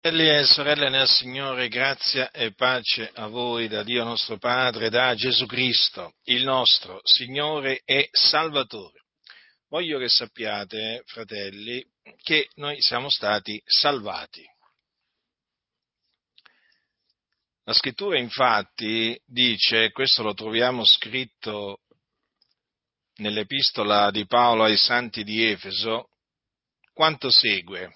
Fratelli e sorelle nel Signore, grazia e pace a voi da Dio nostro Padre, da Gesù Cristo, il nostro Signore e Salvatore. Voglio che sappiate, fratelli, che noi siamo stati salvati. La Scrittura infatti dice, questo lo troviamo scritto nell'Epistola di Paolo ai Santi di Efeso, quanto segue.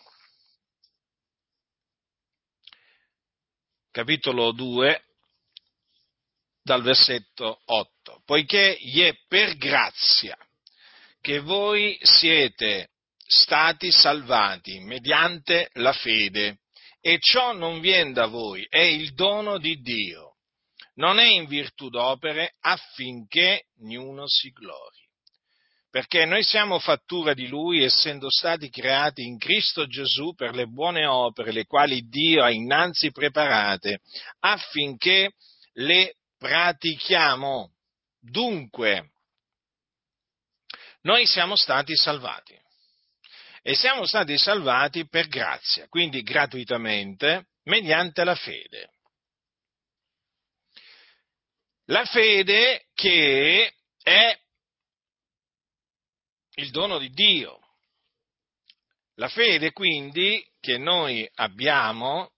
Capitolo 2, dal versetto 8. Poiché gli è per grazia che voi siete stati salvati mediante la fede, e ciò non viene da voi, è il dono di Dio, non è in virtù d'opere affinché niuno si glori. Perché noi siamo fattura di Lui, essendo stati creati in Cristo Gesù per le buone opere, le quali Dio ha innanzi preparate, affinché le pratichiamo. Dunque, noi siamo stati salvati. E siamo stati salvati per grazia, quindi gratuitamente, mediante la fede. La fede che è il dono di Dio. La fede, quindi, che noi abbiamo,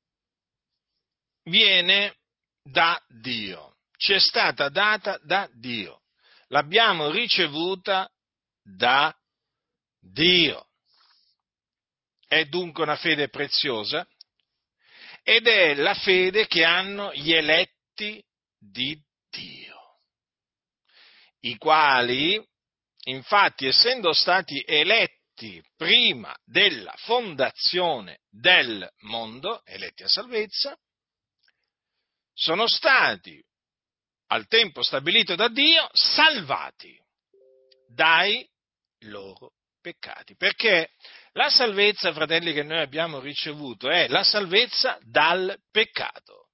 viene da Dio, ci è stata data da Dio, l'abbiamo ricevuta da Dio. È dunque una fede preziosa ed è la fede che hanno gli eletti di Dio, i quali, infatti, essendo stati eletti prima della fondazione del mondo, eletti a salvezza, sono stati, al tempo stabilito da Dio, salvati dai loro peccati. Perché la salvezza, fratelli, che noi abbiamo ricevuto è la salvezza dal peccato.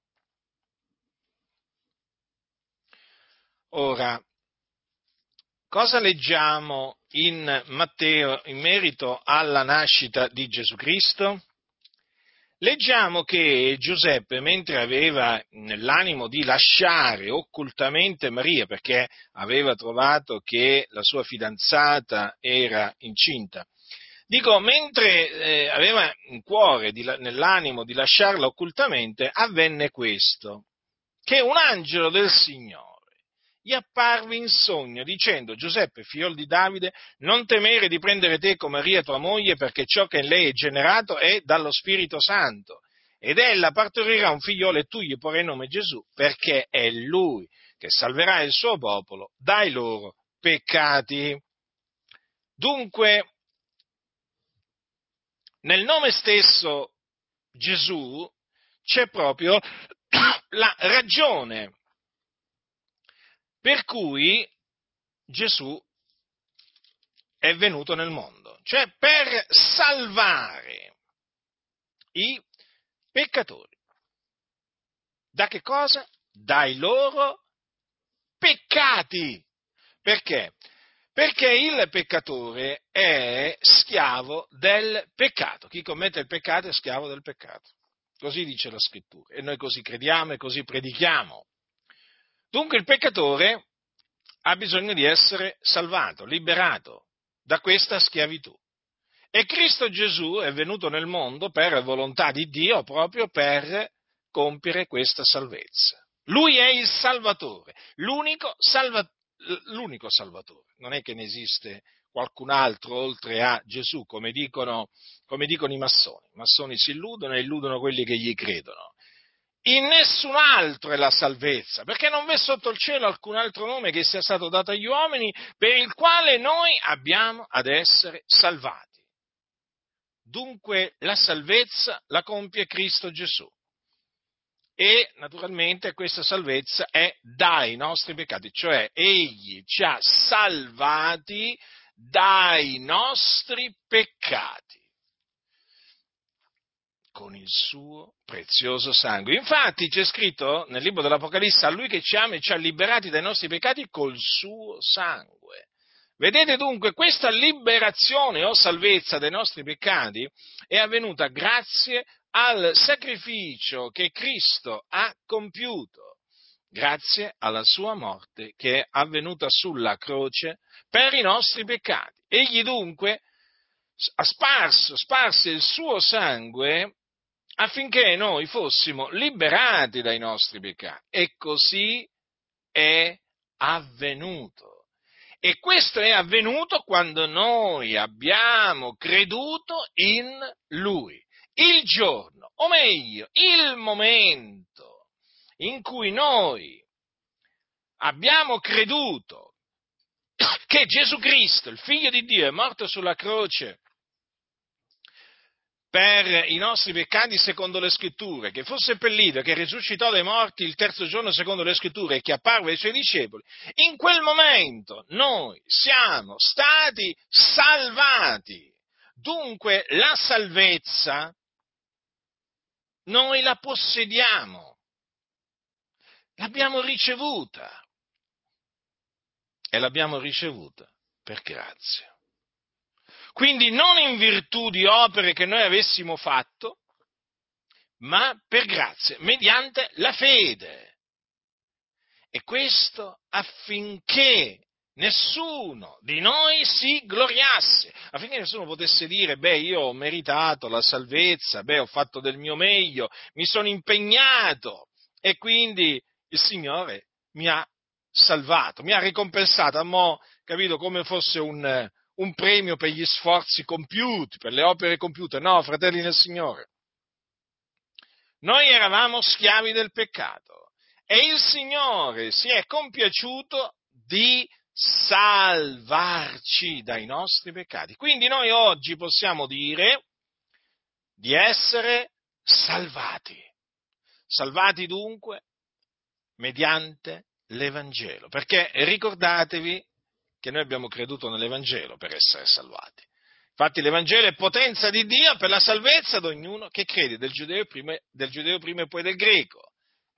Ora, cosa leggiamo in Matteo in merito alla nascita di Gesù Cristo? Leggiamo che Giuseppe, mentre aveva nell'animo di lasciare occultamente Maria, perché aveva trovato che la sua fidanzata era incinta, mentre aveva in cuore, nell'animo di lasciarla occultamente, avvenne questo, che un angelo del Signore gli apparve in sogno dicendo: Giuseppe, figlio di Davide, non temere di prendere te con Maria tua moglie, perché ciò che in lei è generato è dallo Spirito Santo, ed ella partorirà un figliolo e tu gli porrai nome Gesù, perché è lui che salverà il suo popolo dai loro peccati. Dunque, nel nome stesso Gesù c'è proprio la ragione per cui Gesù è venuto nel mondo, cioè per salvare i peccatori. Da che cosa? Dai loro peccati. Perché? Perché il peccatore è schiavo del peccato. Chi commette il peccato è schiavo del peccato. Così dice la Scrittura. E noi così crediamo e così predichiamo. Dunque il peccatore ha bisogno di essere salvato, liberato da questa schiavitù. E Cristo Gesù è venuto nel mondo per volontà di Dio proprio per compiere questa salvezza. Lui è il Salvatore, l'unico Salvatore. Non è che ne esiste qualcun altro oltre a Gesù, come dicono i massoni. I massoni si illudono e illudono quelli che gli credono. In nessun altro è la salvezza, perché non v'è sotto il cielo alcun altro nome che sia stato dato agli uomini per il quale noi abbiamo ad essere salvati. Dunque la salvezza la compie Cristo Gesù. E naturalmente questa salvezza è dai nostri peccati, cioè Egli ci ha salvati dai nostri peccati con il suo prezioso sangue. Infatti c'è scritto nel libro dell'Apocalisse: a Lui che ci ama e ci ha liberati dai nostri peccati col suo sangue. Vedete dunque, questa liberazione o salvezza dai nostri peccati è avvenuta grazie al sacrificio che Cristo ha compiuto, grazie alla sua morte che è avvenuta sulla croce per i nostri peccati. Egli dunque ha sparse il suo sangue affinché noi fossimo liberati dai nostri peccati. E così è avvenuto. E questo è avvenuto quando noi abbiamo creduto in Lui. Il giorno, o meglio, il momento in cui noi abbiamo creduto che Gesù Cristo, il Figlio di Dio, è morto sulla croce per i nostri peccati secondo le Scritture, che fu seppellito, che risuscitò dai morti il terzo giorno secondo le Scritture e che apparve ai suoi discepoli, in quel momento noi siamo stati salvati. Dunque la salvezza noi la possediamo, l'abbiamo ricevuta e l'abbiamo ricevuta per grazia. Quindi non in virtù di opere che noi avessimo fatto, ma per grazia, mediante la fede. E questo affinché nessuno di noi si gloriasse, affinché nessuno potesse dire, io ho meritato la salvezza, ho fatto del mio meglio, mi sono impegnato e quindi il Signore mi ha salvato, mi ha ricompensato, capito, come fosse un premio per gli sforzi compiuti, per le opere compiute. No, fratelli nel Signore, noi eravamo schiavi del peccato e il Signore si è compiaciuto di salvarci dai nostri peccati. Quindi noi oggi possiamo dire di essere salvati. Salvati dunque mediante l'Evangelo, perché ricordatevi che noi abbiamo creduto nell'Evangelo per essere salvati. Infatti l'Evangelo è potenza di Dio per la salvezza di ognuno che crede, del giudeo prima e poi del greco.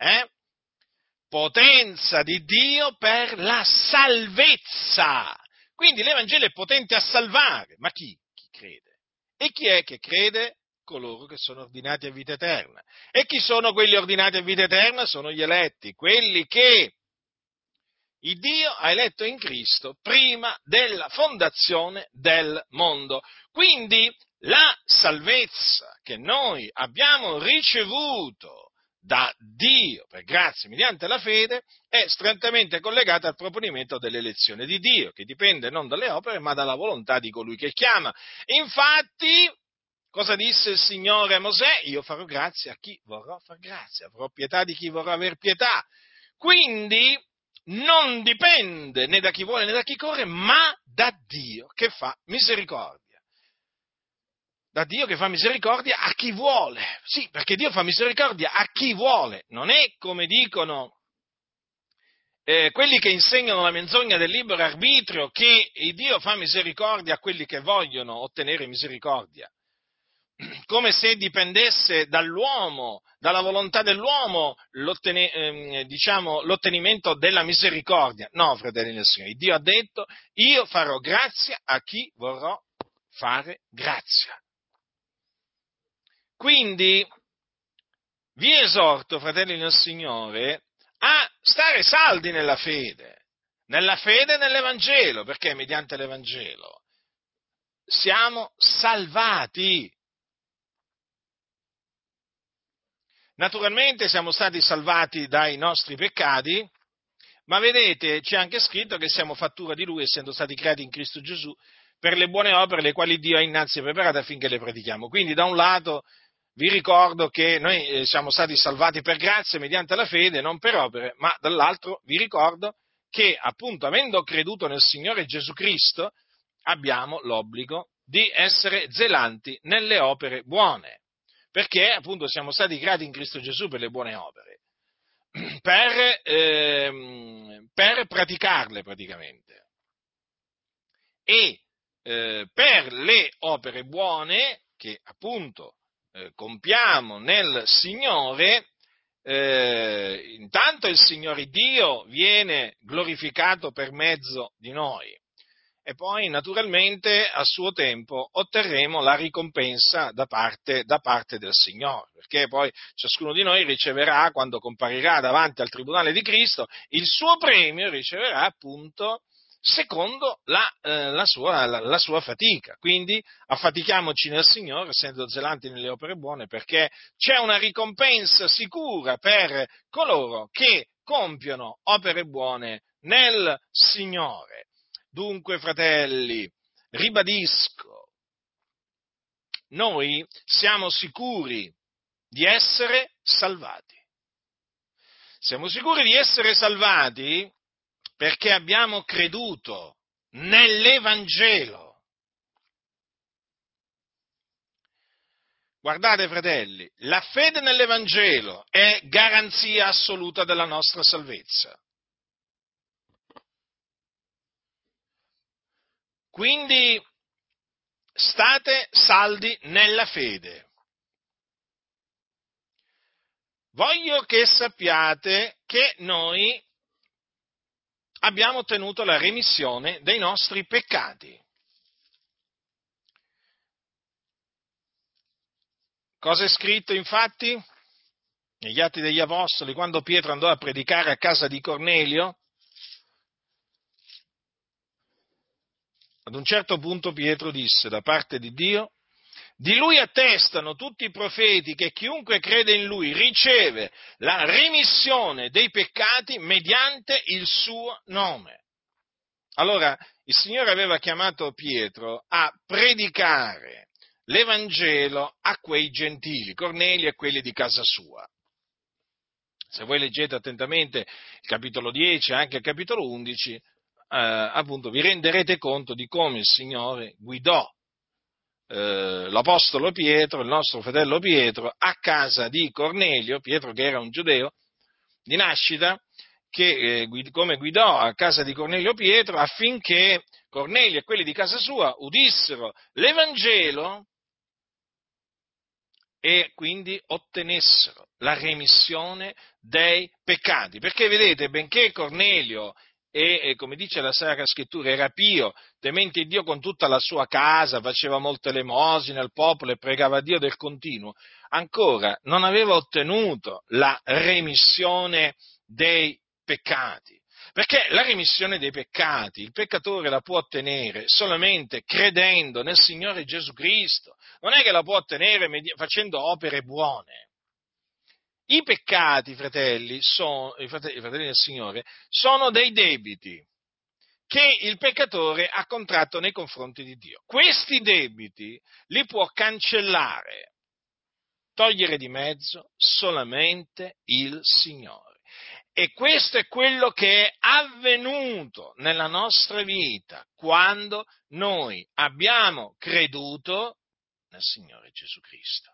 Potenza di Dio per la salvezza. Quindi l'Evangelo è potente a salvare. Ma chi? Chi crede. E chi è che crede? Coloro che sono ordinati a vita eterna. E chi sono quelli ordinati a vita eterna? Sono gli eletti, quelli che il Dio ha eletto in Cristo prima della fondazione del mondo. Quindi la salvezza che noi abbiamo ricevuto da Dio per grazia mediante la fede è strettamente collegata al proponimento dell'elezione di Dio, che dipende non dalle opere ma dalla volontà di colui che chiama. Infatti, cosa disse il Signore a Mosè? Io farò grazia a chi vorrò far grazia, avrò pietà di chi vorrà aver pietà. Quindi non dipende né da chi vuole né da chi corre, ma da Dio che fa misericordia. Da Dio che fa misericordia a chi vuole. Sì, perché Dio fa misericordia a chi vuole. Non è come dicono quelli che insegnano la menzogna del libero arbitrio, che Dio fa misericordia a quelli che vogliono ottenere misericordia. Come se dipendesse dall'uomo, dalla volontà dell'uomo, l'ottenimento della misericordia. No, fratelli del Signore, Dio ha detto, io farò grazia a chi vorrò fare grazia. Quindi vi esorto, fratelli del Signore, a stare saldi nella fede e nell'Evangelo, perché mediante l'Evangelo siamo salvati. Naturalmente siamo stati salvati dai nostri peccati, ma vedete, c'è anche scritto che siamo fattura di Lui, essendo stati creati in Cristo Gesù, per le buone opere le quali Dio ha innanzi preparato affinché le pratichiamo. Quindi da un lato vi ricordo che noi siamo stati salvati per grazia mediante la fede, non per opere, ma dall'altro vi ricordo che appunto avendo creduto nel Signore Gesù Cristo abbiamo l'obbligo di essere zelanti nelle opere buone. Perché appunto siamo stati creati in Cristo Gesù per le buone opere, per praticarle praticamente. E per le opere buone che appunto compiamo nel Signore, intanto il Signore Dio viene glorificato per mezzo di noi. e poi naturalmente a suo tempo otterremo la ricompensa da parte del Signore, perché poi ciascuno di noi riceverà, quando comparirà davanti al tribunale di Cristo, il suo premio riceverà appunto secondo la sua fatica. Quindi affatichiamoci nel Signore, essendo zelanti nelle opere buone, perché c'è una ricompensa sicura per coloro che compiono opere buone nel Signore. Dunque, fratelli, ribadisco, noi siamo sicuri di essere salvati. Siamo sicuri di essere salvati perché abbiamo creduto nell'Evangelo. Guardate, fratelli, la fede nell'Evangelo è garanzia assoluta della nostra salvezza. Quindi state saldi nella fede. Voglio che sappiate che noi abbiamo ottenuto la remissione dei nostri peccati. Cosa è scritto infatti negli Atti degli Apostoli, quando Pietro andò a predicare a casa di Cornelio? Ad un certo punto Pietro disse da parte di Dio: di lui attestano tutti i profeti che chiunque crede in lui riceve la remissione dei peccati mediante il suo nome. Allora, il Signore aveva chiamato Pietro a predicare l'Evangelo a quei gentili, Cornelio e quelli di casa sua. Se voi leggete attentamente il capitolo 10 e anche il capitolo 11, appunto vi renderete conto di come il Signore guidò l'Apostolo Pietro, il nostro fratello Pietro, a casa di Cornelio, Pietro che era un giudeo di nascita, come guidò a casa di Cornelio Pietro affinché Cornelio e quelli di casa sua udissero l'Evangelo e quindi ottenessero la remissione dei peccati. Perché vedete, benché Cornelio, come dice la Sacra Scrittura, era pio, temente Dio con tutta la sua casa, faceva molte elemosine al popolo e pregava Dio del continuo, ancora non aveva ottenuto la remissione dei peccati. Perché la remissione dei peccati, il peccatore la può ottenere solamente credendo nel Signore Gesù Cristo, non è che la può ottenere facendo opere buone. I peccati, i fratelli del Signore, sono dei debiti che il peccatore ha contratto nei confronti di Dio. Questi debiti li può cancellare, togliere di mezzo solamente il Signore. E questo è quello che è avvenuto nella nostra vita quando noi abbiamo creduto nel Signore Gesù Cristo.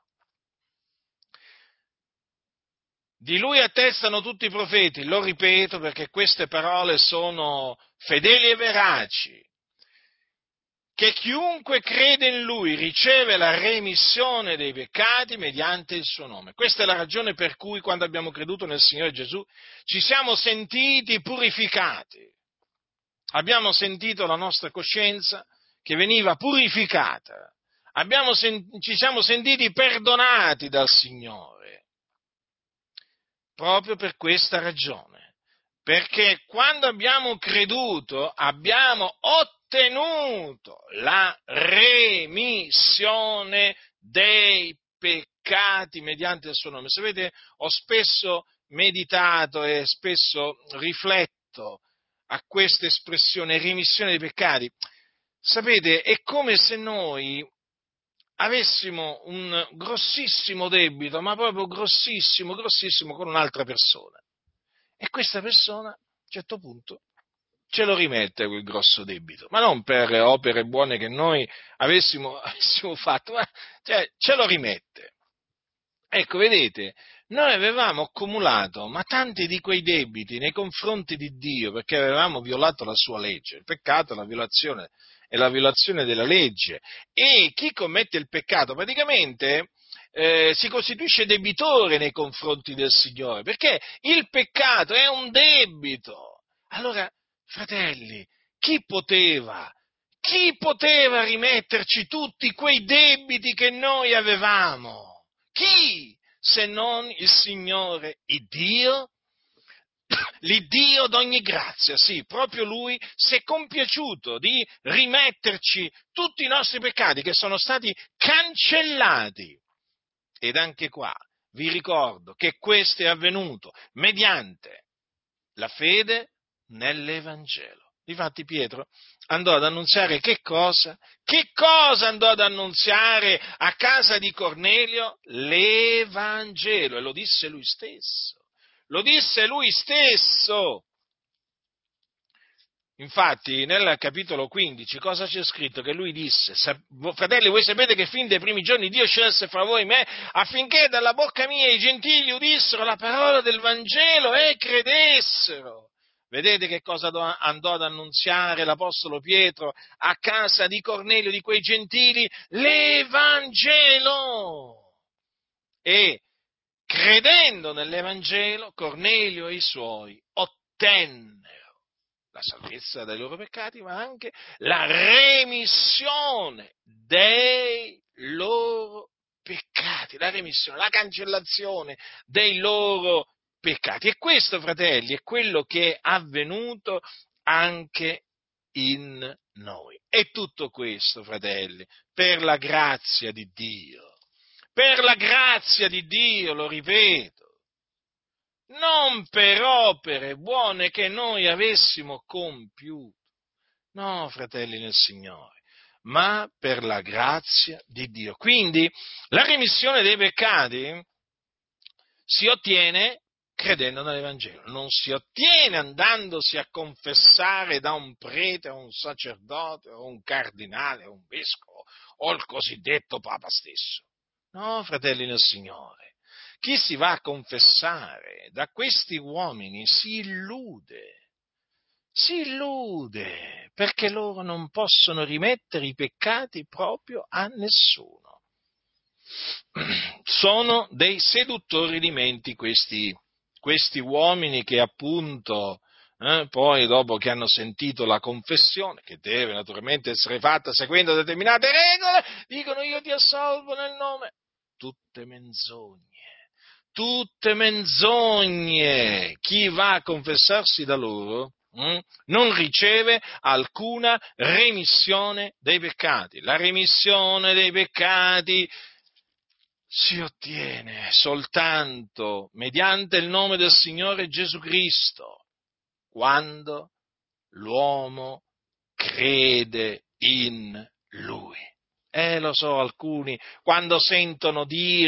Di Lui attestano tutti i profeti, lo ripeto perché queste parole sono fedeli e veraci, che chiunque crede in Lui riceve la remissione dei peccati mediante il suo nome. Questa è la ragione per cui quando abbiamo creduto nel Signore Gesù ci siamo sentiti purificati. Abbiamo sentito la nostra coscienza che veniva purificata. Ci siamo sentiti perdonati dal Signore. Proprio per questa ragione. Perché quando abbiamo creduto abbiamo ottenuto la remissione dei peccati mediante il suo nome. Sapete, ho spesso meditato e spesso rifletto a questa espressione, remissione dei peccati. Sapete, è come se noi avessimo un grossissimo debito, ma proprio grossissimo, grossissimo, con un'altra persona. E questa persona, a un certo punto, ce lo rimette quel grosso debito, ma non per opere buone che noi avessimo fatto, ma cioè, ce lo rimette. Ecco, vedete, noi avevamo accumulato ma tanti di quei debiti nei confronti di Dio perché avevamo violato la sua legge. Il peccato è la violazione della legge, e chi commette il peccato praticamente si costituisce debitore nei confronti del Signore, perché il peccato è un debito. Allora, fratelli, chi poteva Chi poteva rimetterci tutti quei debiti che noi avevamo? Chi, se non il Signore, il Dio? L'Iddio d'ogni grazia, sì, proprio Lui si è compiaciuto di rimetterci tutti i nostri peccati che sono stati cancellati. Ed anche qua vi ricordo che questo è avvenuto mediante la fede nell'Evangelo. Difatti Pietro andò ad annunziare che cosa? Che cosa andò ad annunziare a casa di Cornelio? L'Evangelo, e lo disse lui stesso. Lo disse lui stesso. Infatti, nel capitolo 15, cosa c'è scritto? Che lui disse: fratelli, voi sapete che fin dai primi giorni Dio scelse fra voi me affinché dalla bocca mia i gentili udissero la parola del Vangelo e credessero. Vedete che cosa andò ad annunziare l'Apostolo Pietro a casa di Cornelio, di quei gentili? L'Evangelo! E credendo nell'Evangelo, Cornelio e i suoi ottennero la salvezza dai loro peccati, ma anche la remissione dei loro peccati, la remissione, la cancellazione dei loro peccati. E questo, fratelli, è quello che è avvenuto anche in noi. E tutto questo, fratelli, per la grazia di Dio. Per la grazia di Dio, lo ripeto. Non per opere buone che noi avessimo compiuto, no, fratelli nel Signore, ma per la grazia di Dio. Quindi la remissione dei peccati si ottiene credendo nell'Evangelo, non si ottiene andandosi a confessare da un prete o un sacerdote o un cardinale o un vescovo o il cosiddetto Papa stesso. No, fratelli nel Signore. Chi si va a confessare da questi uomini si illude, perché loro non possono rimettere i peccati proprio a nessuno. Sono dei seduttori di menti questi uomini che appunto poi dopo che hanno sentito la confessione, che deve naturalmente essere fatta seguendo determinate regole, dicono: io ti assolvo nel nome. Tutte menzogne. Chi va a confessarsi da loro non riceve alcuna remissione dei peccati. La remissione dei peccati si ottiene soltanto mediante il nome del Signore Gesù Cristo, quando l'uomo crede in Lui. Lo so, alcuni quando sentono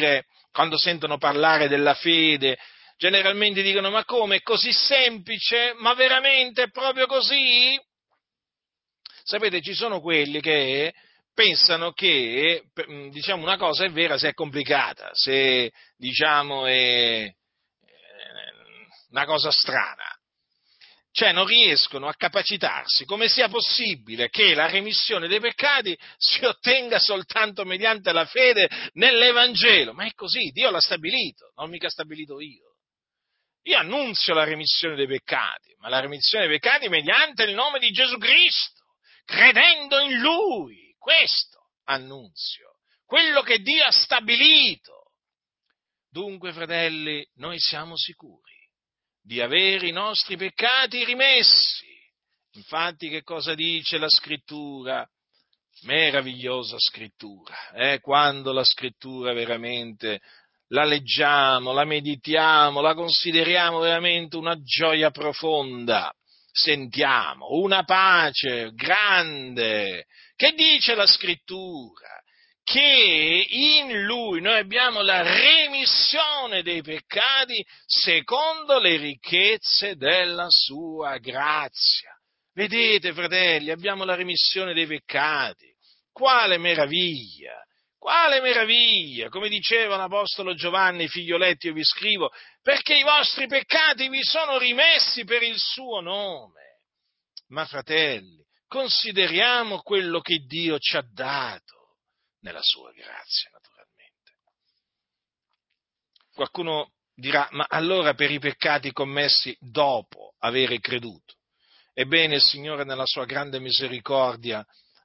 parlare della fede, generalmente dicono: ma come, è così semplice? Ma veramente è proprio così? Sapete, ci sono quelli che pensano che, diciamo, una cosa è vera se è complicata, se, diciamo, è una cosa strana. Cioè non riescono a capacitarsi come sia possibile che la remissione dei peccati si ottenga soltanto mediante la fede nell'Evangelo. Ma è così, Dio l'ha stabilito, non mica stabilito io. Io annunzio la remissione dei peccati, ma la remissione dei peccati mediante il nome di Gesù Cristo, credendo in Lui. Questo annunzio, quello che Dio ha stabilito. Dunque, fratelli, noi siamo sicuri di avere i nostri peccati rimessi. Infatti, che cosa dice la Scrittura? Meravigliosa Scrittura, quando la Scrittura veramente la leggiamo, la meditiamo, la consideriamo veramente una gioia profonda, sentiamo una pace grande. Che dice la Scrittura? Che in Lui noi abbiamo la remissione dei peccati secondo le ricchezze della Sua grazia. Vedete, fratelli, abbiamo la remissione dei peccati. Quale meraviglia! Quale meraviglia! Come diceva l'Apostolo Giovanni: figlioletti, io vi scrivo perché i vostri peccati vi sono rimessi per il suo nome. Ma, fratelli, consideriamo quello che Dio ci ha dato nella sua grazia, naturalmente. Qualcuno dirà: ma allora per i peccati commessi dopo avere creduto? Ebbene, il Signore nella sua grande misericordia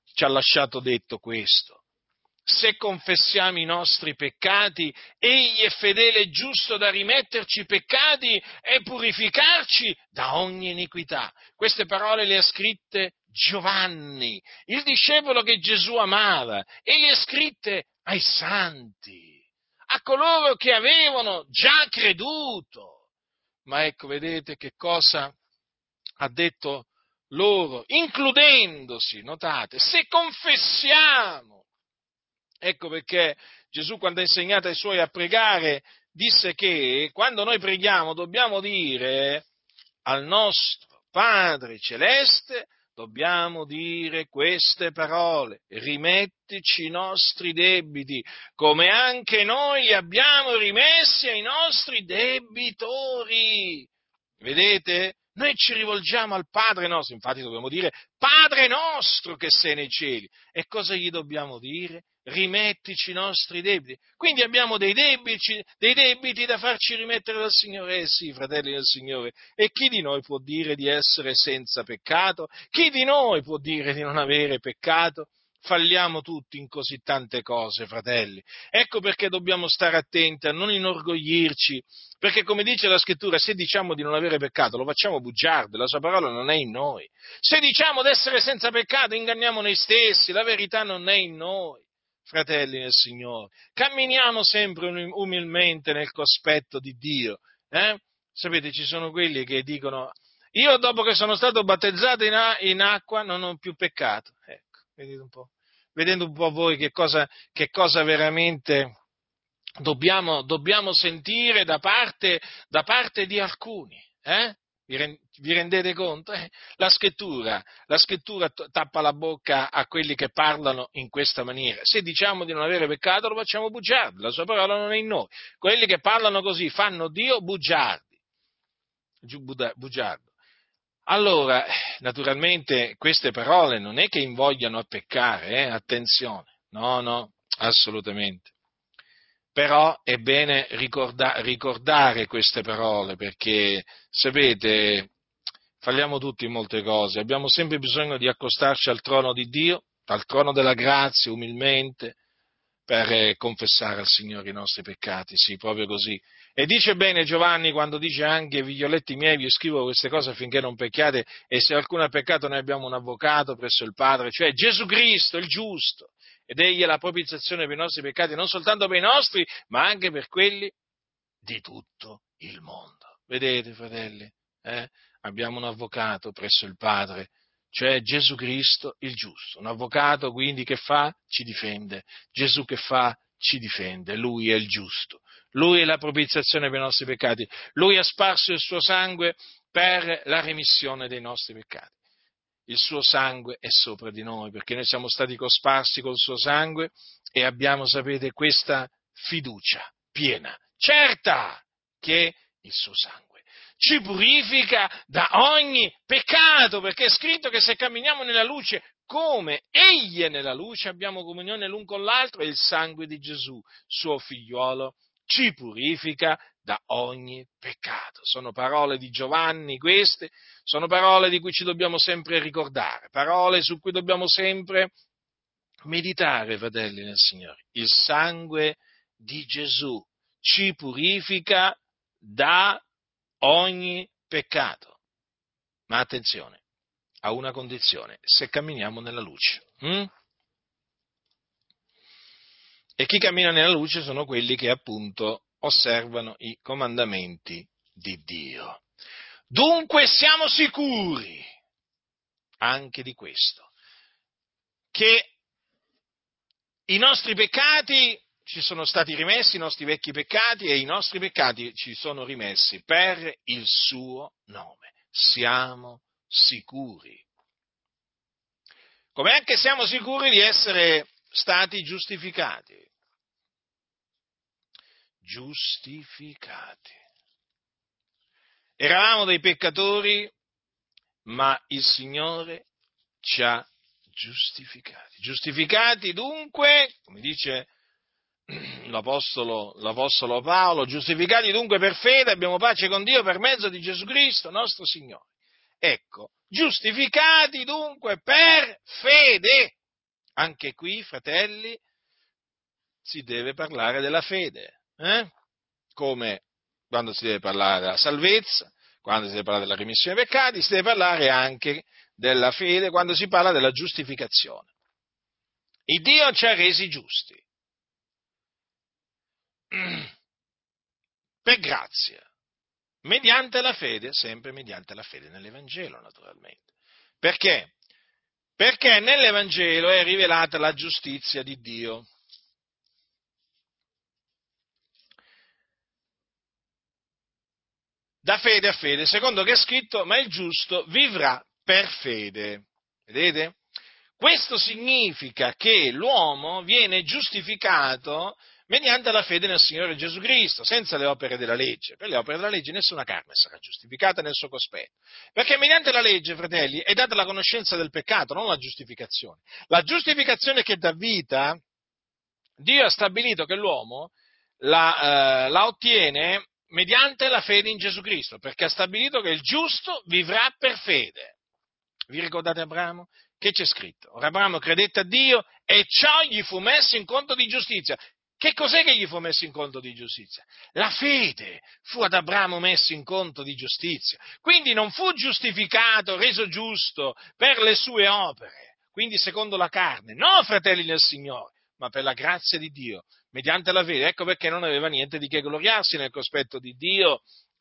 ci ha lasciato detto questo. Se confessiamo i nostri peccati, Egli è fedele e giusto da rimetterci i peccati e purificarci da ogni iniquità. Queste parole le ha scritte Giovanni, il discepolo che Gesù amava, e le ha scritte ai santi, a coloro che avevano già creduto. Ma ecco, vedete che cosa ha detto loro, includendosi, notate, se confessiamo. Ecco perché Gesù, quando ha insegnato ai suoi a pregare, disse che quando noi preghiamo dobbiamo dire al nostro Padre Celeste, dobbiamo dire queste parole: rimettici i nostri debiti, come anche noi abbiamo rimessi ai nostri debitori. Vedete? Noi ci rivolgiamo al Padre nostro, infatti dobbiamo dire Padre nostro che sei nei cieli. E cosa gli dobbiamo dire? Rimettici i nostri debiti. Quindi abbiamo dei debiti da farci rimettere dal Signore. Sì, fratelli del Signore. E chi di noi può dire di essere senza peccato? Chi di noi può dire di non avere peccato? Falliamo tutti in così tante cose, fratelli. Ecco perché dobbiamo stare attenti a non inorgoglirci, perché come dice la Scrittura, se diciamo di non avere peccato lo facciamo bugiardo, la sua parola non è in noi. Se diciamo di essere senza peccato inganniamo noi stessi, la verità non è in noi. Fratelli nel Signore, camminiamo sempre umilmente nel cospetto di Dio. Sapete, ci sono quelli che dicono: io dopo che sono stato battezzato in acqua non ho più peccato. Ecco, vedete un po' voi che cosa veramente dobbiamo sentire da parte di alcuni. Vi rendete conto? La scrittura tappa la bocca a quelli che parlano in questa maniera. Se diciamo di non avere peccato lo facciamo bugiardo, la sua parola non è in noi. Quelli che parlano così fanno Dio bugiardo. Allora, naturalmente queste parole non è che invogliano a peccare, attenzione, no, assolutamente. Però è bene ricordare queste parole, perché, sapete, falliamo tutti in molte cose, abbiamo sempre bisogno di accostarci al trono di Dio, al trono della grazia, umilmente, per confessare al Signore i nostri peccati, sì, proprio così. E dice bene Giovanni quando dice anche: figlioletti miei, vi scrivo queste cose affinché non pecchiate, e se alcuno ha peccato noi abbiamo un avvocato presso il Padre, cioè Gesù Cristo, il giusto, ed egli è la propiziazione per i nostri peccati, non soltanto per i nostri, ma anche per quelli di tutto il mondo. Vedete, fratelli? Abbiamo un avvocato presso il Padre, cioè Gesù Cristo il giusto. Un avvocato quindi che fa? Ci difende. Gesù che fa? Ci difende. Lui è il giusto. Lui è la propiziazione per i nostri peccati. Lui ha sparso il suo sangue per la remissione dei nostri peccati. Il suo sangue è sopra di noi, perché noi siamo stati cosparsi col suo sangue e abbiamo, sapete, questa fiducia piena, certa, che il suo sangue ci purifica da ogni peccato, perché è scritto che se camminiamo nella luce come Egli è nella luce, abbiamo comunione l'un con l'altro, e il sangue di Gesù, suo figliuolo, ci purifica da ogni peccato. Sono parole di Giovanni queste, sono parole di cui ci dobbiamo sempre ricordare, parole su cui dobbiamo sempre meditare, fratelli nel Signore. Il sangue di Gesù ci purifica da ogni peccato. Ma attenzione, a una condizione: se camminiamo nella luce. E chi cammina nella luce sono quelli che appunto osservano i comandamenti di Dio. Dunque siamo sicuri anche di questo, che i nostri peccati ci sono stati rimessi, i nostri vecchi peccati, e i nostri peccati ci sono rimessi per il suo nome. Siamo sicuri. Come anche siamo sicuri di essere stati giustificati. Giustificati. Eravamo dei peccatori, ma il Signore ci ha giustificati. Giustificati dunque, come dice l'Apostolo Paolo, giustificati dunque per fede, abbiamo pace con Dio per mezzo di Gesù Cristo, nostro Signore. Ecco, giustificati dunque per fede. Anche qui, fratelli, si deve parlare della fede, come quando si deve parlare della salvezza, quando si deve parlare della remissione dei peccati, si deve parlare anche della fede quando si parla della giustificazione. Il Dio ci ha resi giusti per grazia, mediante la fede, sempre mediante la fede nell'Evangelo, naturalmente. Perché? Perché nell'Evangelo è rivelata la giustizia di Dio. Da fede a fede, secondo che è scritto, ma il giusto vivrà per fede. Vedete? Questo significa che l'uomo viene giustificato mediante la fede nel Signore Gesù Cristo, senza le opere della legge. Per le opere della legge nessuna carne sarà giustificata nel suo cospetto. Perché mediante la legge, fratelli, è data la conoscenza del peccato, non la giustificazione. La giustificazione che dà vita, Dio ha stabilito che l'uomo la ottiene mediante la fede in Gesù Cristo, perché ha stabilito che il giusto vivrà per fede. Vi ricordate Abramo? Che c'è scritto? Ora Abramo credette a Dio e ciò gli fu messo in conto di giustizia. Che cos'è che gli fu messo in conto di giustizia? La fede fu ad Abramo messo in conto di giustizia. Quindi non fu giustificato, reso giusto per le sue opere, quindi secondo la carne. No, fratelli del Signore, ma per la grazia di Dio, mediante la fede. Ecco perché non aveva niente di che gloriarsi nel cospetto di Dio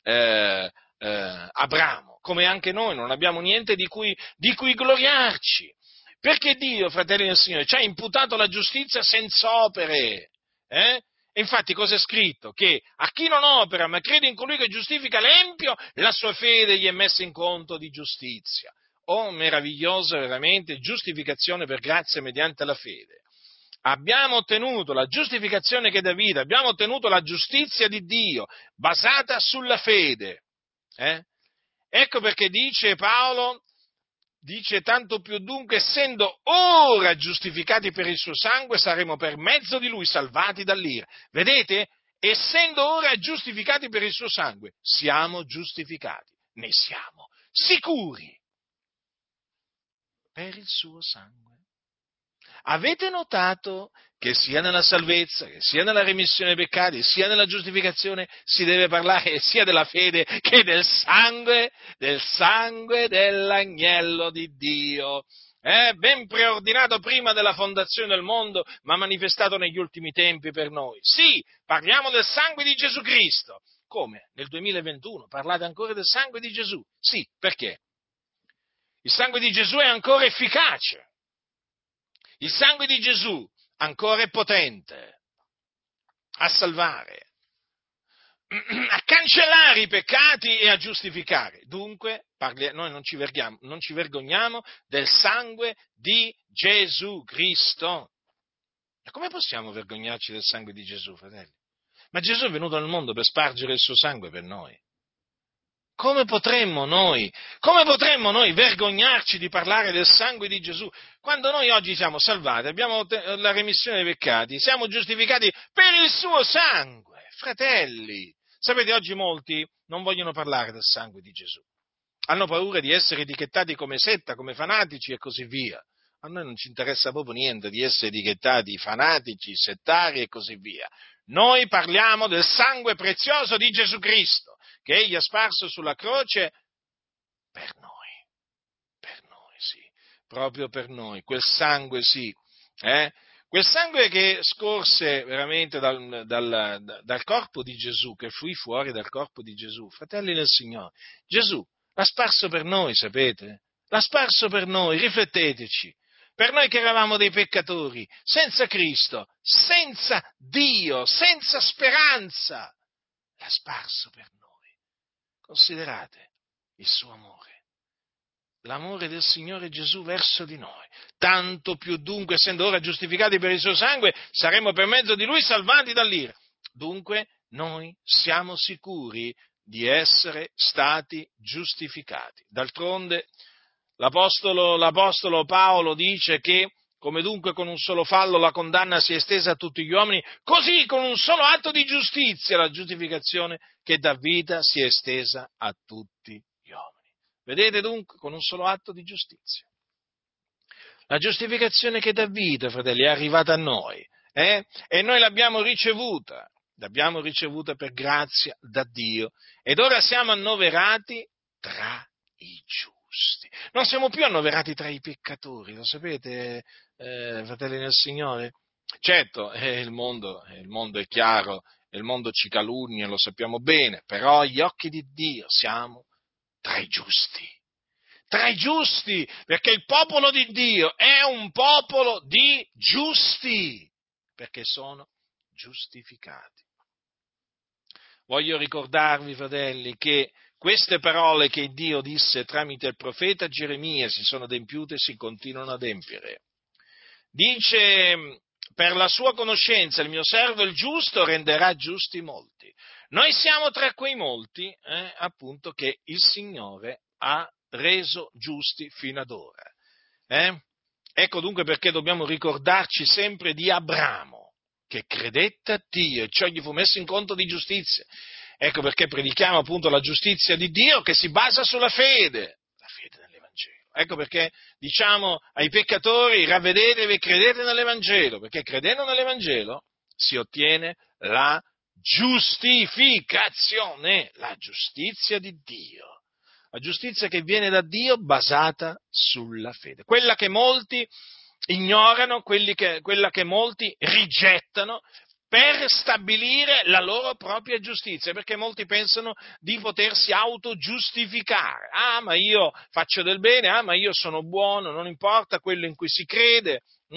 Abramo, come anche noi non abbiamo niente di cui gloriarci. Perché Dio, fratelli del Signore, ci ha imputato la giustizia senza opere. E infatti cosa è scritto? Che a chi non opera ma crede in colui che giustifica l'empio, la sua fede gli è messa in conto di giustizia. Oh, meravigliosa veramente giustificazione per grazia mediante la fede. Abbiamo ottenuto la giustificazione che dà vita, abbiamo ottenuto la giustizia di Dio, basata sulla fede. Ecco perché dice Paolo, dice tanto più dunque, essendo ora giustificati per il suo sangue, saremo per mezzo di lui salvati dall'ira. Vedete? Essendo ora giustificati per il suo sangue, siamo giustificati, ne siamo sicuri per il suo sangue. Avete notato che sia nella salvezza, che sia nella remissione dei peccati, sia nella giustificazione si deve parlare sia della fede che del sangue dell'agnello di Dio, ben preordinato prima della fondazione del mondo, ma manifestato negli ultimi tempi per noi. Sì, parliamo del sangue di Gesù Cristo. Come? Nel 2021 parlate ancora del sangue di Gesù? Sì, perché? Il sangue di Gesù è ancora efficace. Il sangue di Gesù ancora è potente a salvare, a cancellare i peccati e a giustificare. Dunque, noi non ci vergogniamo del sangue di Gesù Cristo. E come possiamo vergognarci del sangue di Gesù, fratelli? Ma Gesù è venuto nel mondo per spargere il suo sangue per noi. Come potremmo noi vergognarci di parlare del sangue di Gesù, quando noi oggi siamo salvati, abbiamo la remissione dei peccati, siamo giustificati per il suo sangue, fratelli. Sapete, oggi molti non vogliono parlare del sangue di Gesù, hanno paura di essere etichettati come setta, come fanatici e così via. A noi non ci interessa proprio niente di essere etichettati fanatici, settari e così via. Noi parliamo del sangue prezioso di Gesù Cristo, che egli ha sparso sulla croce per noi, sì, proprio per noi, quel sangue sì, quel sangue che scorse veramente dal corpo di Gesù, che fui fuori dal corpo di Gesù, fratelli del Signore, Gesù l'ha sparso per noi, sapete? L'ha sparso per noi, rifletteteci. Per noi che eravamo dei peccatori, senza Cristo, senza Dio, senza speranza, l'ha sparso per noi. Considerate il suo amore, l'amore del Signore Gesù verso di noi. Tanto più dunque, essendo ora giustificati per il suo sangue, saremo per mezzo di lui salvati dall'ira. Dunque, noi siamo sicuri di essere stati giustificati. D'altronde, l'Apostolo Paolo dice che, come dunque con un solo fallo la condanna si è estesa a tutti gli uomini, così con un solo atto di giustizia la giustificazione che dà vita si è estesa a tutti gli uomini. Vedete dunque, con un solo atto di giustizia. La giustificazione che dà vita, fratelli, è arrivata a noi, e noi l'abbiamo ricevuta per grazia da Dio, ed ora siamo annoverati tra i giusti. Non siamo più annoverati tra i peccatori, lo sapete, fratelli nel Signore? Certo, il mondo è chiaro, il mondo ci calunnia, lo sappiamo bene, però agli occhi di Dio siamo tra i giusti, perché il popolo di Dio è un popolo di giusti, perché sono giustificati. Voglio ricordarvi, fratelli, che queste parole che Dio disse tramite il profeta Geremia si sono adempiute e si continuano ad adempiere. Dice: per la sua conoscenza il mio servo il giusto renderà giusti molti. Noi siamo tra quei molti, appunto, che il Signore ha reso giusti fino ad ora. Ecco dunque perché dobbiamo ricordarci sempre di Abramo, che credette a Dio e ciò gli fu messo in conto di giustizia. Ecco perché predichiamo appunto la giustizia di Dio che si basa sulla fede, la fede nell'Evangelo. Ecco perché diciamo ai peccatori: ravvedetevi e credete nell'Evangelo, perché credendo nell'Evangelo si ottiene la giustificazione, la giustizia di Dio. La giustizia che viene da Dio basata sulla fede, quella che molti ignorano, quella che molti rigettano per stabilire la loro propria giustizia, perché molti pensano di potersi autogiustificare. Ah, ma io faccio del bene, ah, ma io sono buono, non importa quello in cui si crede.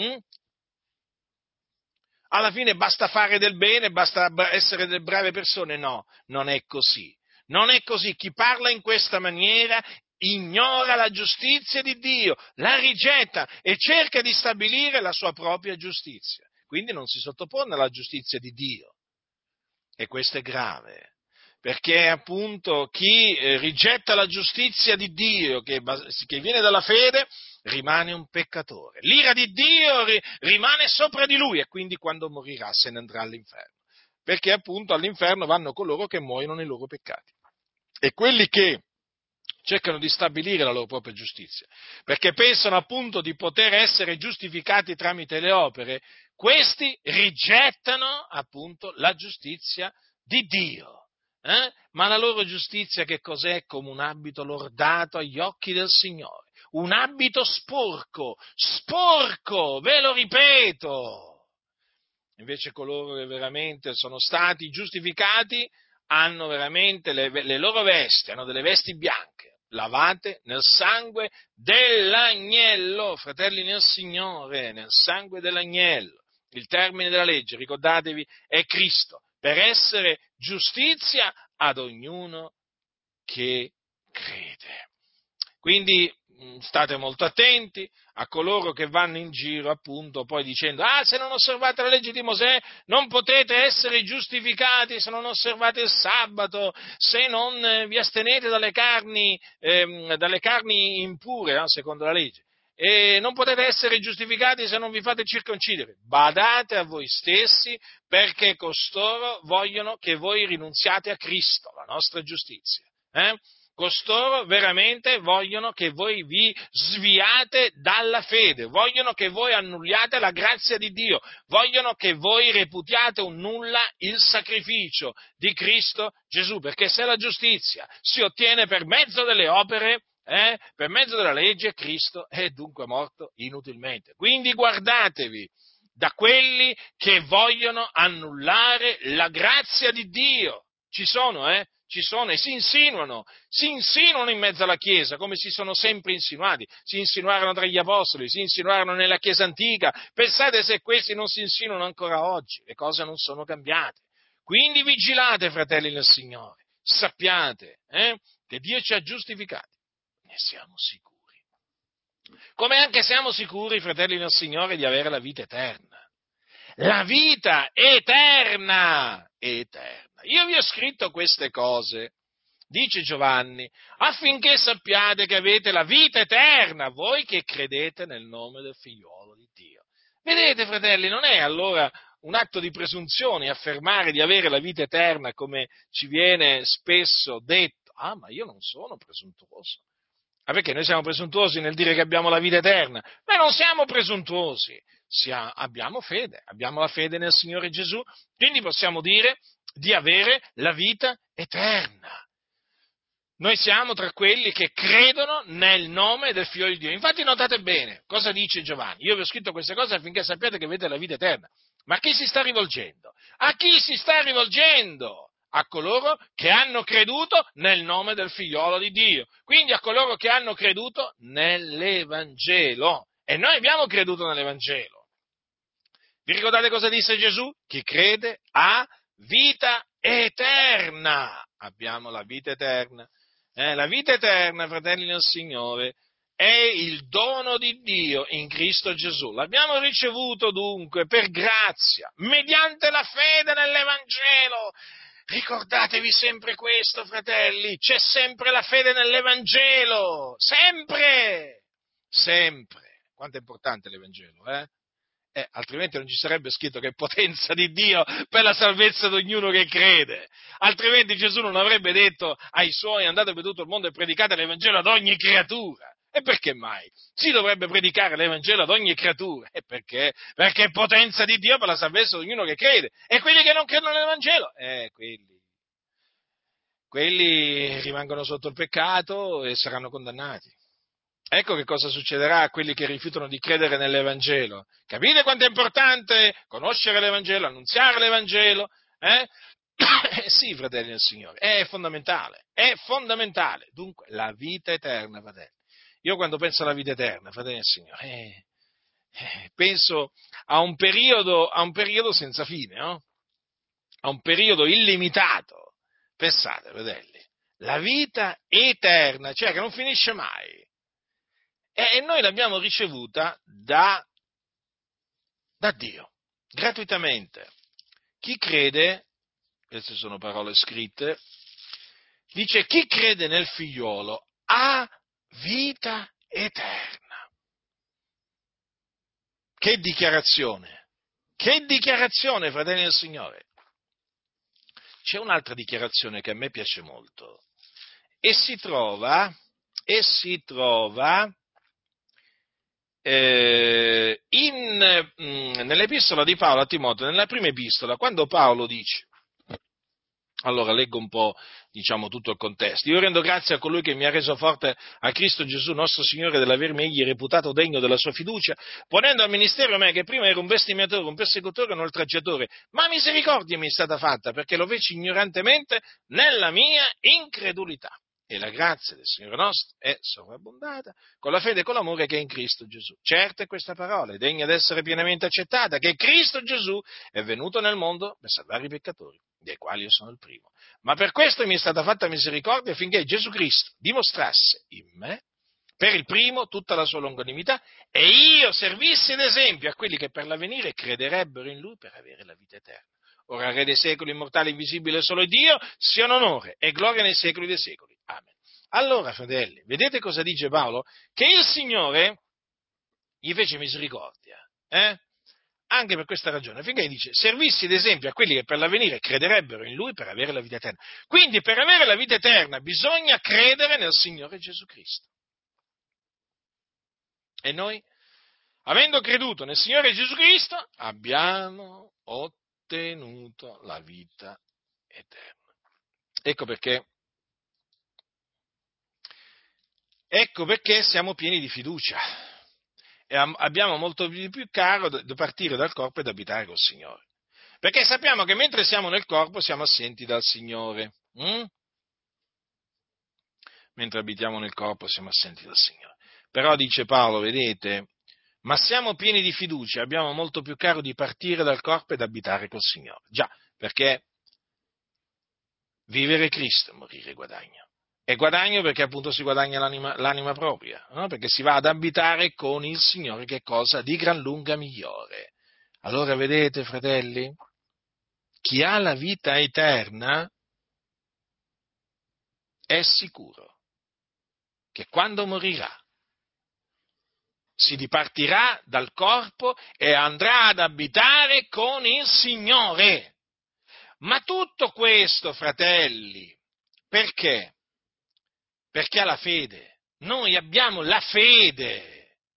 Alla fine basta fare del bene, basta essere delle brave persone. No, non è così. Non è così. Chi parla in questa maniera ignora la giustizia di Dio, la rigetta e cerca di stabilire la sua propria giustizia. Quindi non si sottopone alla giustizia di Dio. E questo è grave, perché appunto chi rigetta la giustizia di Dio, che viene dalla fede, rimane un peccatore. L'ira di Dio rimane sopra di lui e quindi quando morirà se ne andrà all'inferno. Perché appunto all'inferno vanno coloro che muoiono nei loro peccati. E quelli che cercano di stabilire la loro propria giustizia, perché pensano appunto di poter essere giustificati tramite le opere, questi rigettano appunto la giustizia di Dio. Ma la loro giustizia che cos'è? Come un abito lordato agli occhi del Signore, un abito sporco, ve lo ripeto. Invece coloro che veramente sono stati giustificati hanno veramente le loro vesti, hanno delle vesti bianche, lavate nel sangue dell'agnello, fratelli nel Signore, nel sangue dell'agnello. Il termine della legge, ricordatevi, è Cristo, per essere giustizia ad ognuno che crede. Quindi state molto attenti a coloro che vanno in giro appunto poi dicendo: se non osservate la legge di Mosè non potete essere giustificati, se non osservate il sabato, se non vi astenete dalle carni impure, no? Secondo la legge. E non potete essere giustificati se non vi fate circoncidere. Badate a voi stessi, perché costoro vogliono che voi rinunziate a Cristo, la nostra giustizia. Costoro veramente vogliono che voi vi sviate dalla fede, vogliono che voi annulliate la grazia di Dio, vogliono che voi reputiate un nulla il sacrificio di Cristo Gesù, perché se la giustizia si ottiene per mezzo delle opere, per mezzo della legge, Cristo è dunque morto inutilmente. Quindi guardatevi da quelli che vogliono annullare la grazia di Dio. Ci sono e si insinuano in mezzo alla Chiesa, come si sono sempre insinuati, si insinuarono tra gli apostoli, si insinuarono nella Chiesa antica. Pensate se questi non si insinuano ancora oggi, le cose non sono cambiate. Quindi vigilate, fratelli nel Signore, sappiate che Dio ci ha giustificati, ne siamo sicuri. Come anche siamo sicuri, fratelli nel Signore, di avere la vita eterna. La vita eterna. Io vi ho scritto queste cose, dice Giovanni, affinché sappiate che avete la vita eterna, voi che credete nel nome del figliuolo di Dio. Vedete, fratelli, non è allora un atto di presunzione affermare di avere la vita eterna, come ci viene spesso detto. Ma io non sono presuntuoso. Ma perché noi siamo presuntuosi nel dire che abbiamo la vita eterna? Noi non siamo presuntuosi, abbiamo fede, abbiamo la fede nel Signore Gesù, quindi possiamo dire di avere la vita eterna. Noi siamo tra quelli che credono nel nome del Figlio di Dio. Infatti notate bene cosa dice Giovanni. Io vi ho scritto queste cose affinché sappiate che avete la vita eterna. Ma a chi si sta rivolgendo? A chi si sta rivolgendo? A coloro che hanno creduto nel nome del Figliolo di Dio. Quindi a coloro che hanno creduto nell'Evangelo. E noi abbiamo creduto nell'Evangelo. Vi ricordate cosa disse Gesù? Chi crede ha vita eterna. Abbiamo la vita eterna. La vita eterna, fratelli nel Signore, è il dono di Dio in Cristo Gesù. L'abbiamo ricevuto dunque per grazia, mediante la fede nell'Evangelo. Ricordatevi sempre questo, fratelli, c'è sempre la fede nell'Evangelo, sempre, sempre. Quanto è importante l'Evangelo, eh? Altrimenti non ci sarebbe scritto che è potenza di Dio per la salvezza di ognuno che crede. Altrimenti Gesù non avrebbe detto ai suoi: andate per tutto il mondo e predicate l'Evangelo ad ogni creatura. E perché mai? Si dovrebbe predicare l'Evangelo ad ogni creatura. E perché? Perché è potenza di Dio per la salvezza di ognuno che crede. E quelli che non credono nell'Evangelo? Quelli rimangono sotto il peccato e saranno condannati. Ecco che cosa succederà a quelli che rifiutano di credere nell'Evangelo. Capite quanto è importante conoscere l'Evangelo, annunziare l'Evangelo? Sì, fratelli del Signore, è fondamentale, è fondamentale. Dunque, la vita eterna, fratelli. Io quando penso alla vita eterna, fratelli del Signore, penso a un periodo senza fine, no? A un periodo illimitato. Pensate, fratelli, la vita eterna, cioè che non finisce mai. E noi l'abbiamo ricevuta da Dio, gratuitamente. Chi crede, queste sono parole scritte, dice: chi crede nel figliolo ha vita eterna. Che dichiarazione! Che dichiarazione, fratelli del Signore! C'è un'altra dichiarazione che a me piace molto e si trova nell'epistola di Paolo a Timoteo, nella prima epistola, quando Paolo dice, allora leggo un po', tutto il contesto: io rendo grazie a colui che mi ha reso forte a Cristo Gesù nostro Signore dell'avermi egli reputato degno della sua fiducia, ponendo al ministero me che prima ero un bestemmiatore, un persecutore, un oltraggiatore, ma misericordia mi è stata fatta perché lo feci ignorantemente nella mia incredulità. E la grazia del Signore nostro è sovrabbondata con la fede e con l'amore che è in Cristo Gesù. Certo è questa parola, è degna di essere pienamente accettata, che Cristo Gesù è venuto nel mondo per salvare i peccatori, dei quali io sono il primo. Ma per questo mi è stata fatta misericordia affinché Gesù Cristo dimostrasse in me, per il primo, tutta la sua longanimità, e io servissi ad esempio a quelli che per l'avvenire crederebbero in Lui per avere la vita eterna. Ora, Re dei secoli, immortale, invisibile, solo Dio, siano onore e gloria nei secoli dei secoli. Amen. Allora, fratelli, vedete cosa dice Paolo? Che il Signore gli fece misericordia, anche per questa ragione, affinché dice: servissi ad esempio a quelli che per l'avvenire crederebbero in Lui per avere la vita eterna. Quindi per avere la vita eterna bisogna credere nel Signore Gesù Cristo. E noi, avendo creduto nel Signore Gesù Cristo, abbiamo ottenuto la vita eterna. Ecco perché siamo pieni di fiducia e abbiamo molto di più caro da partire dal corpo ed abitare col Signore. Perché sappiamo che mentre siamo nel corpo siamo assenti dal Signore. Mentre abitiamo nel corpo siamo assenti dal Signore. Però dice Paolo, vedete, ma siamo pieni di fiducia, abbiamo molto più caro di partire dal corpo ed abitare col Signore. Già, perché vivere Cristo e morire guadagno. E guadagno perché appunto si guadagna l'anima propria, no? Perché si va ad abitare con il Signore, che è cosa di gran lunga migliore. Allora vedete, fratelli, chi ha la vita eterna è sicuro che quando morirà si dipartirà dal corpo e andrà ad abitare con il Signore. Ma tutto questo, fratelli, perché? Perché ha la fede, Noi abbiamo la fede.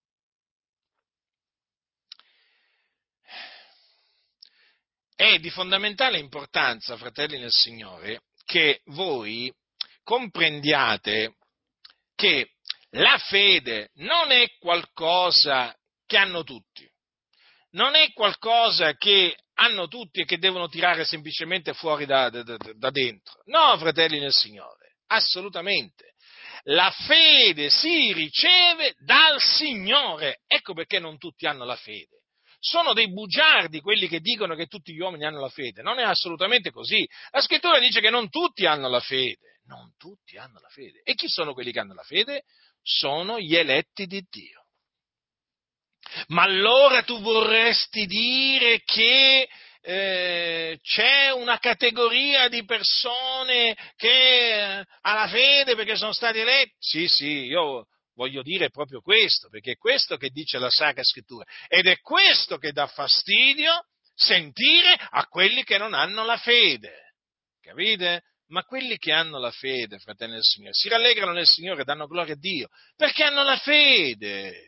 È di fondamentale importanza, fratelli nel Signore, che voi comprendiate che la fede non è qualcosa che hanno tutti, non è qualcosa che hanno tutti e che devono tirare semplicemente fuori da dentro. No, fratelli nel Signore, assolutamente. La fede si riceve dal Signore. Ecco perché non tutti hanno la fede. Sono dei bugiardi quelli che dicono che tutti gli uomini hanno la fede. Non è assolutamente così. La scrittura dice che non tutti hanno la fede. Non tutti hanno la fede. E chi sono quelli che hanno la fede? Sono gli eletti di Dio. Ma allora tu vorresti dire che c'è una categoria di persone che ha la fede perché sono stati eletti? Sì, sì, io voglio dire proprio questo, perché è questo che dice la Sacra Scrittura. Ed è questo che dà fastidio sentire a quelli che non hanno la fede. Capite? Ma quelli che hanno la fede, fratelli del Signore, si rallegrano nel Signore e danno gloria a Dio, perché hanno la fede.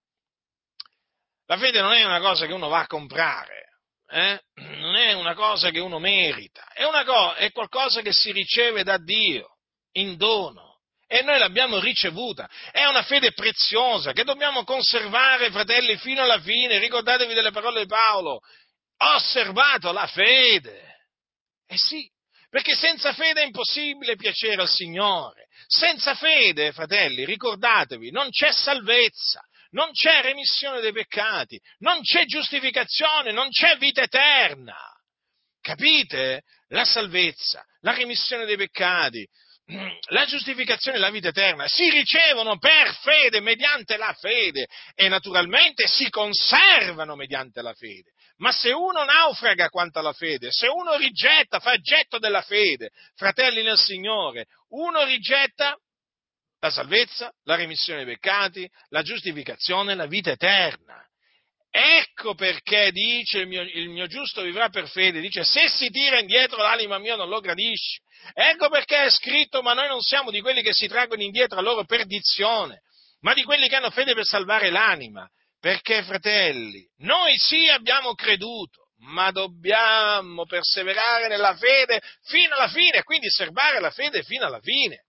La fede non è una cosa che uno va a comprare, non è una cosa che uno merita, è qualcosa che si riceve da Dio, in dono, e noi l'abbiamo ricevuta. È una fede preziosa che dobbiamo conservare, fratelli, fino alla fine. Ricordatevi delle parole di Paolo: ho osservato la fede. Eh sì, perché senza fede è impossibile piacere al Signore. Senza fede, fratelli, ricordatevi, non c'è salvezza, non c'è remissione dei peccati, non c'è giustificazione, non c'è vita eterna. Capite? La salvezza, la remissione dei peccati, la giustificazione e la vita eterna si ricevono per fede, mediante la fede, e naturalmente si conservano mediante la fede. Ma se uno naufraga quanto alla fede, se uno rigetta, fa getto della fede, fratelli nel Signore, uno rigetta la salvezza, la remissione dei peccati, la giustificazione, la vita eterna. Ecco perché dice il mio giusto vivrà per fede, dice: se si tira indietro l'anima mia non lo gradisce. Ecco perché è scritto: ma noi non siamo di quelli che si traggono indietro a loro perdizione, ma di quelli che hanno fede per salvare l'anima. Perché, fratelli, noi sì abbiamo creduto, ma dobbiamo perseverare nella fede fino alla fine, quindi serbare la fede fino alla fine.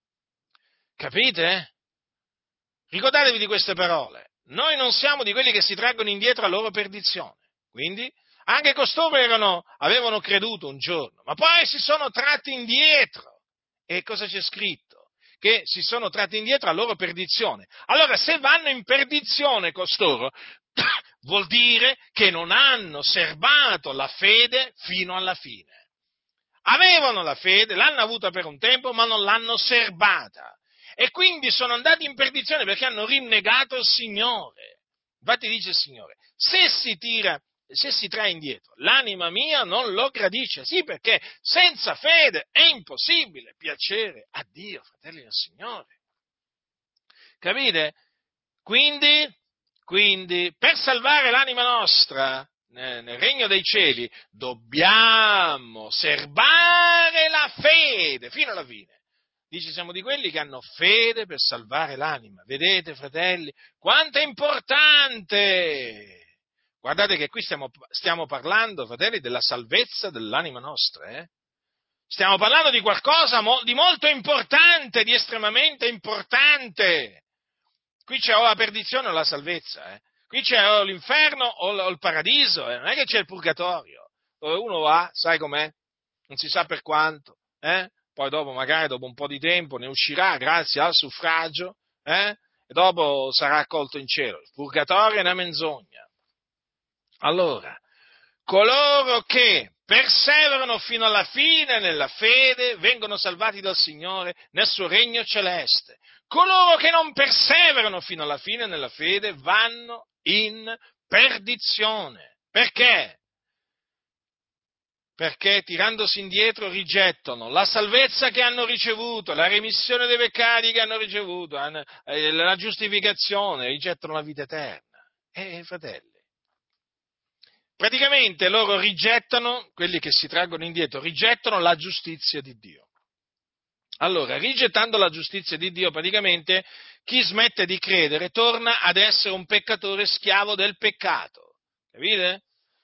Capite? Ricordatevi di queste parole. Noi non siamo di quelli che si traggono indietro a loro perdizione. Quindi, anche costoro avevano creduto un giorno, ma poi si sono tratti indietro. E cosa c'è scritto? Che si sono tratti indietro a loro perdizione. Allora, se vanno in perdizione costoro, vuol dire che non hanno serbato la fede fino alla fine. Avevano la fede, l'hanno avuta per un tempo, ma non l'hanno serbata. E quindi sono andati in perdizione perché hanno rinnegato il Signore. Infatti dice il Signore: se si trae indietro, l'anima mia non lo gradisce. Sì, perché senza fede è impossibile piacere a Dio, fratelli del Signore. Capite? Quindi, per salvare l'anima nostra nel regno dei cieli, dobbiamo serbare la fede fino alla fine. Dice: siamo di quelli che hanno fede per salvare l'anima. Vedete, fratelli, quanto è importante! Guardate che qui stiamo parlando, fratelli, della salvezza dell'anima nostra, Stiamo parlando di qualcosa di molto importante, di estremamente importante. Qui c'è o la perdizione o la salvezza, Qui c'è o l'inferno o il paradiso, Non è che c'è il purgatorio, dove uno va, sai com'è? Non si sa per quanto, Poi dopo, magari dopo un po' di tempo, ne uscirà grazie al suffragio, E dopo sarà accolto in cielo. Il purgatorio è una menzogna. Allora, coloro che perseverano fino alla fine nella fede vengono salvati dal Signore nel suo regno celeste. Coloro che non perseverano fino alla fine nella fede vanno in perdizione. Perché? Perché tirandosi indietro rigettano la salvezza che hanno ricevuto, la remissione dei peccati che hanno ricevuto, la giustificazione, rigettano la vita eterna. Fratelli, praticamente loro rigettano, quelli che si traggono indietro, rigettano la giustizia di Dio. Allora, rigettando la giustizia di Dio, praticamente chi smette di credere torna ad essere un peccatore schiavo del peccato. Capite?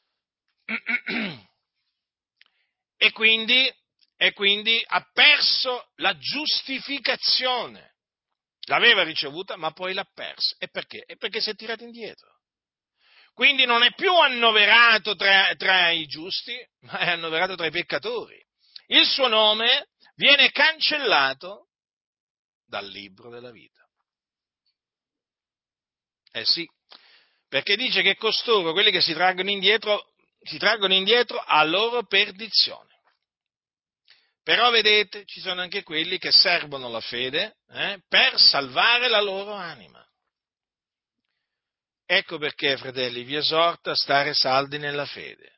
E quindi ha perso la giustificazione. L'aveva ricevuta, ma poi l'ha persa. E perché? E perché si è tirato indietro. Quindi non è più annoverato tra i giusti, ma è annoverato tra i peccatori. Il suo nome viene cancellato dal libro della vita. Eh sì, perché dice che costoro, quelli che si traggono indietro a loro perdizione. Però vedete, ci sono anche quelli che servono la fede per salvare la loro anima. Ecco perché, fratelli, vi esorto a stare saldi nella fede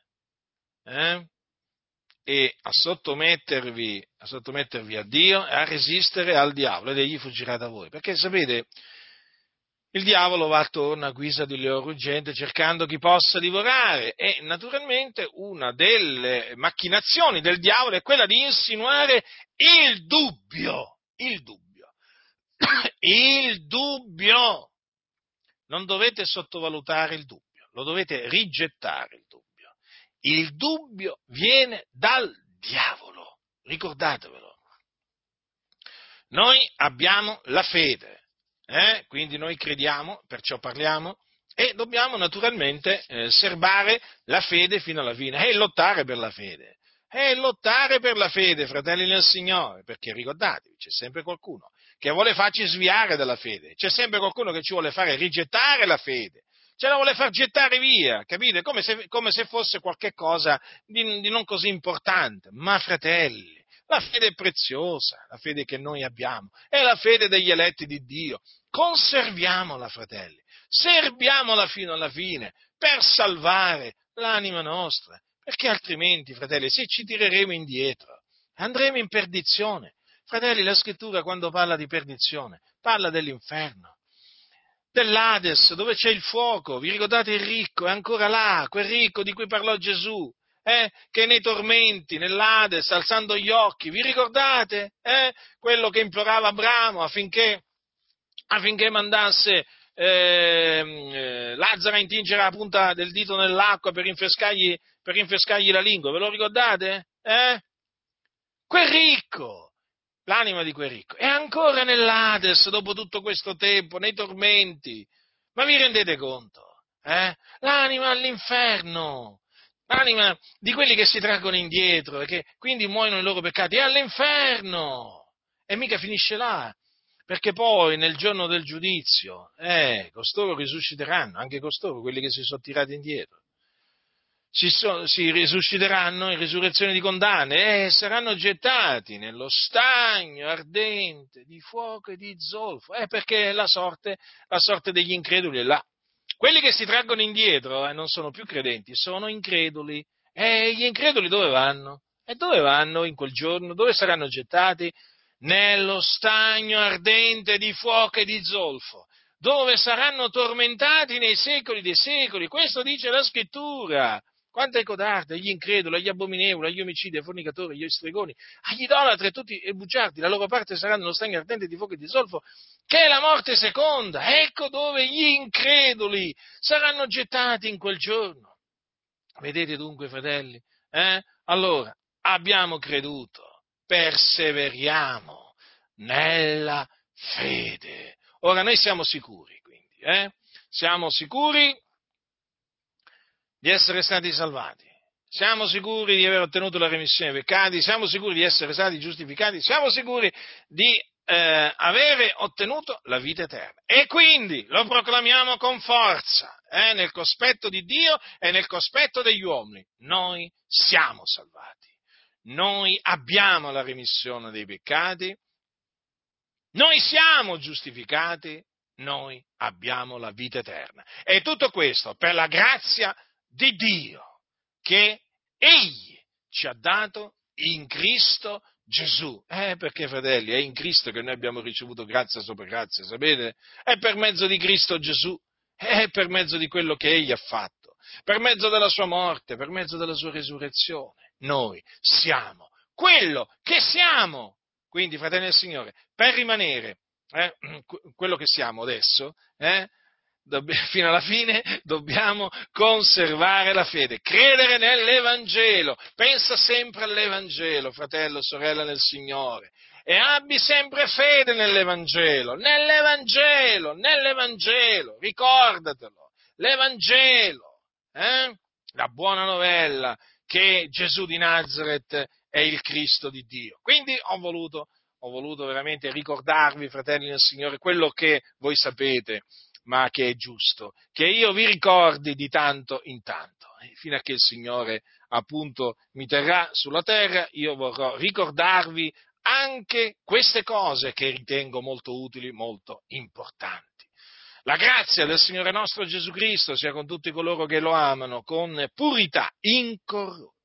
e a sottomettervi a Dio e a resistere al diavolo ed egli fuggirà da voi. Perché sapete, il diavolo va attorno a guisa di leone ruggente cercando chi possa divorare e naturalmente una delle macchinazioni del diavolo è quella di insinuare il dubbio, il dubbio, il dubbio. Non dovete sottovalutare il dubbio, lo dovete rigettare il dubbio. Il dubbio viene dal diavolo, ricordatevelo. Noi abbiamo la fede, quindi noi crediamo, perciò parliamo, e dobbiamo naturalmente serbare la fede fino alla fine, e lottare per la fede. Lottare per la fede, fratelli nel Signore, perché ricordatevi, c'è sempre qualcuno che vuole farci sviare dalla fede, c'è sempre qualcuno che ci vuole fare rigettare la fede, ce la vuole far gettare via, capite? Come se fosse qualche cosa di non così importante. Ma fratelli, la fede è preziosa, la fede che noi abbiamo, è la fede degli eletti di Dio. Conserviamola, fratelli, serbiamola fino alla fine per salvare l'anima nostra, perché altrimenti, fratelli, se ci tireremo indietro, andremo in perdizione. Fratelli, la scrittura quando parla di perdizione, parla dell'inferno, dell'Ades, dove c'è il fuoco. Vi ricordate il ricco? È ancora là, quel ricco di cui parlò Gesù, che nei tormenti, nell'Ades, alzando gli occhi, vi ricordate? Quello che implorava Abramo affinché mandasse Lazzaro a intingere la punta del dito nell'acqua per rinfrescargli la lingua, ve lo ricordate? Quel ricco, l'anima di quel ricco, è ancora nell'Ades dopo tutto questo tempo, nei tormenti. Ma vi rendete conto? L'anima all'inferno, l'anima di quelli che si traggono indietro e che quindi muoiono i loro peccati, è all'inferno. E mica finisce là, perché poi nel giorno del giudizio, costoro risusciteranno, anche costoro, quelli che si sono tirati indietro. Si risusciteranno in risurrezione di condanna e saranno gettati nello stagno ardente di fuoco e di zolfo, perché la sorte degli increduli è là. Quelli che si traggono indietro non sono più credenti, sono increduli. E gli increduli dove vanno? E dove vanno in quel giorno? Dove saranno gettati? Nello stagno ardente di fuoco e di zolfo, dove saranno tormentati nei secoli dei secoli. Questo dice la Scrittura. Quanto ai codardi, agli increduli, agli abominevoli, agli omicidi, ai fornicatori, agli stregoni, agli idolatri e tutti i bugiardi, la loro parte sarà nello stagno ardente di fuoco e di zolfo, che è la morte seconda. Ecco dove gli increduli saranno gettati in quel giorno. Vedete dunque, fratelli? Allora, abbiamo creduto, perseveriamo nella fede. Ora, noi siamo sicuri, quindi, siamo sicuri di essere stati salvati, siamo sicuri di aver ottenuto la remissione dei peccati, siamo sicuri di essere stati giustificati, siamo sicuri di avere ottenuto la vita eterna. E quindi lo proclamiamo con forza, nel cospetto di Dio e nel cospetto degli uomini. Noi siamo salvati, noi abbiamo la remissione dei peccati, noi siamo giustificati, noi abbiamo la vita eterna. E tutto questo per la grazia di Dio che Egli ci ha dato in Cristo Gesù. Perché, fratelli, è in Cristo che noi abbiamo ricevuto grazia sopra grazia, sapete? È per mezzo di Cristo Gesù, è per mezzo di quello che Egli ha fatto, per mezzo della sua morte, per mezzo della sua resurrezione. Noi siamo quello che siamo. Quindi, fratelli del Signore, per rimanere quello che siamo adesso, fino alla fine dobbiamo conservare la fede, credere nell'Evangelo, pensa sempre all'Evangelo, fratello, sorella nel Signore, e abbi sempre fede nell'Evangelo, ricordatelo, l'Evangelo, la buona novella che Gesù di Nazaret è il Cristo di Dio. Quindi ho voluto veramente ricordarvi, fratelli del Signore, quello che voi sapete, ma che è giusto, che io vi ricordi di tanto in tanto, fino a che il Signore appunto mi terrà sulla terra, io vorrò ricordarvi anche queste cose che ritengo molto utili, molto importanti. La grazia del Signore nostro Gesù Cristo sia con tutti coloro che lo amano con purità incorrotta.